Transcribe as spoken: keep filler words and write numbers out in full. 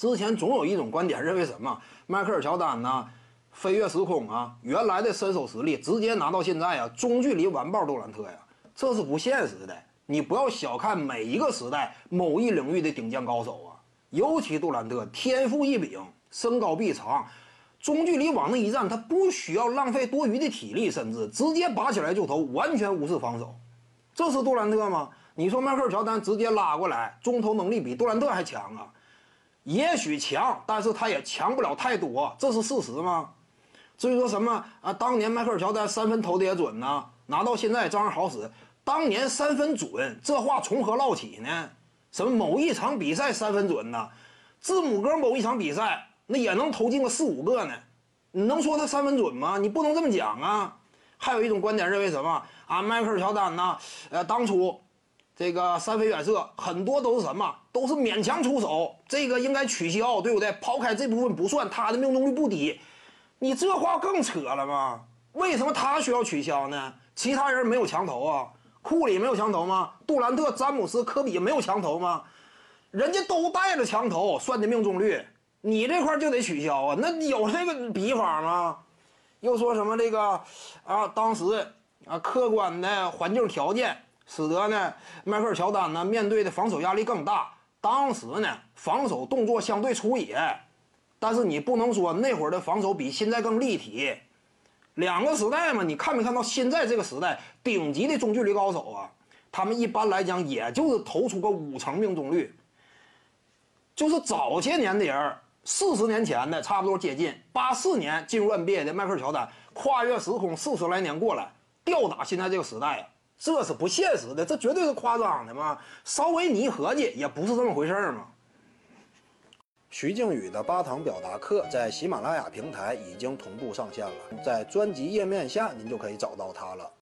之前总有一种观点认为什么，迈克尔乔丹呐，飞跃时空啊，原来的身手实力直接拿到现在啊，中距离完爆杜兰特呀，这是不现实的。你不要小看每一个时代某一领域的顶尖高手啊，尤其杜兰特天赋异禀，身高臂长，中距离往那一站，他不需要浪费多余的体力，甚至直接拔起来就投，完全无视防守。这是杜兰特吗？你说迈克尔乔丹直接拉过来，中投能力比杜兰特还强啊？也许强，但是他也强不了太多，这是事实吗？至于说什么啊，当年迈克尔乔丹三分投的也准呢，拿到现在照样好使。当年三分准，这话从何唠起呢？什么某一场比赛三分准呢？字母哥某一场比赛那也能投进个四五个呢，你能说他三分准吗？你不能这么讲啊。还有一种观点认为什么啊，迈克尔乔丹呢，呃，当初这个三分远射很多都是什么，都是勉强出手，这个应该取消，对不对？抛开这部分不算，他的命中率不低。你这话更扯了吗？为什么他需要取消呢？其他人没有强投啊？库里没有强投吗？杜兰特、詹姆斯、科比没有强投吗？人家都带着强投算的命中率，你这块就得取消啊？那有这个比法吗？又说什么这个啊，当时啊客观的环境条件使得呢迈克尔乔丹呢面对的防守压力更大，当时呢防守动作相对粗野，但是你不能说那会儿的防守比现在更立体。两个时代嘛，你看没看到现在这个时代顶级的中距离高手啊？他们一般来讲也就是投出个五成命中率，就是早些年的人，四十年前的差不多接近，八四年进入 N B A 的迈克尔乔丹，跨越时空四十来年过来，吊打现在这个时代啊，这是不现实的，这绝对是夸张的嘛。稍微你一合计，也不是这么回事嘛。 徐静宇的八堂表达课在喜马拉雅平台已经同步上线了，在专辑页面下您就可以找到它了。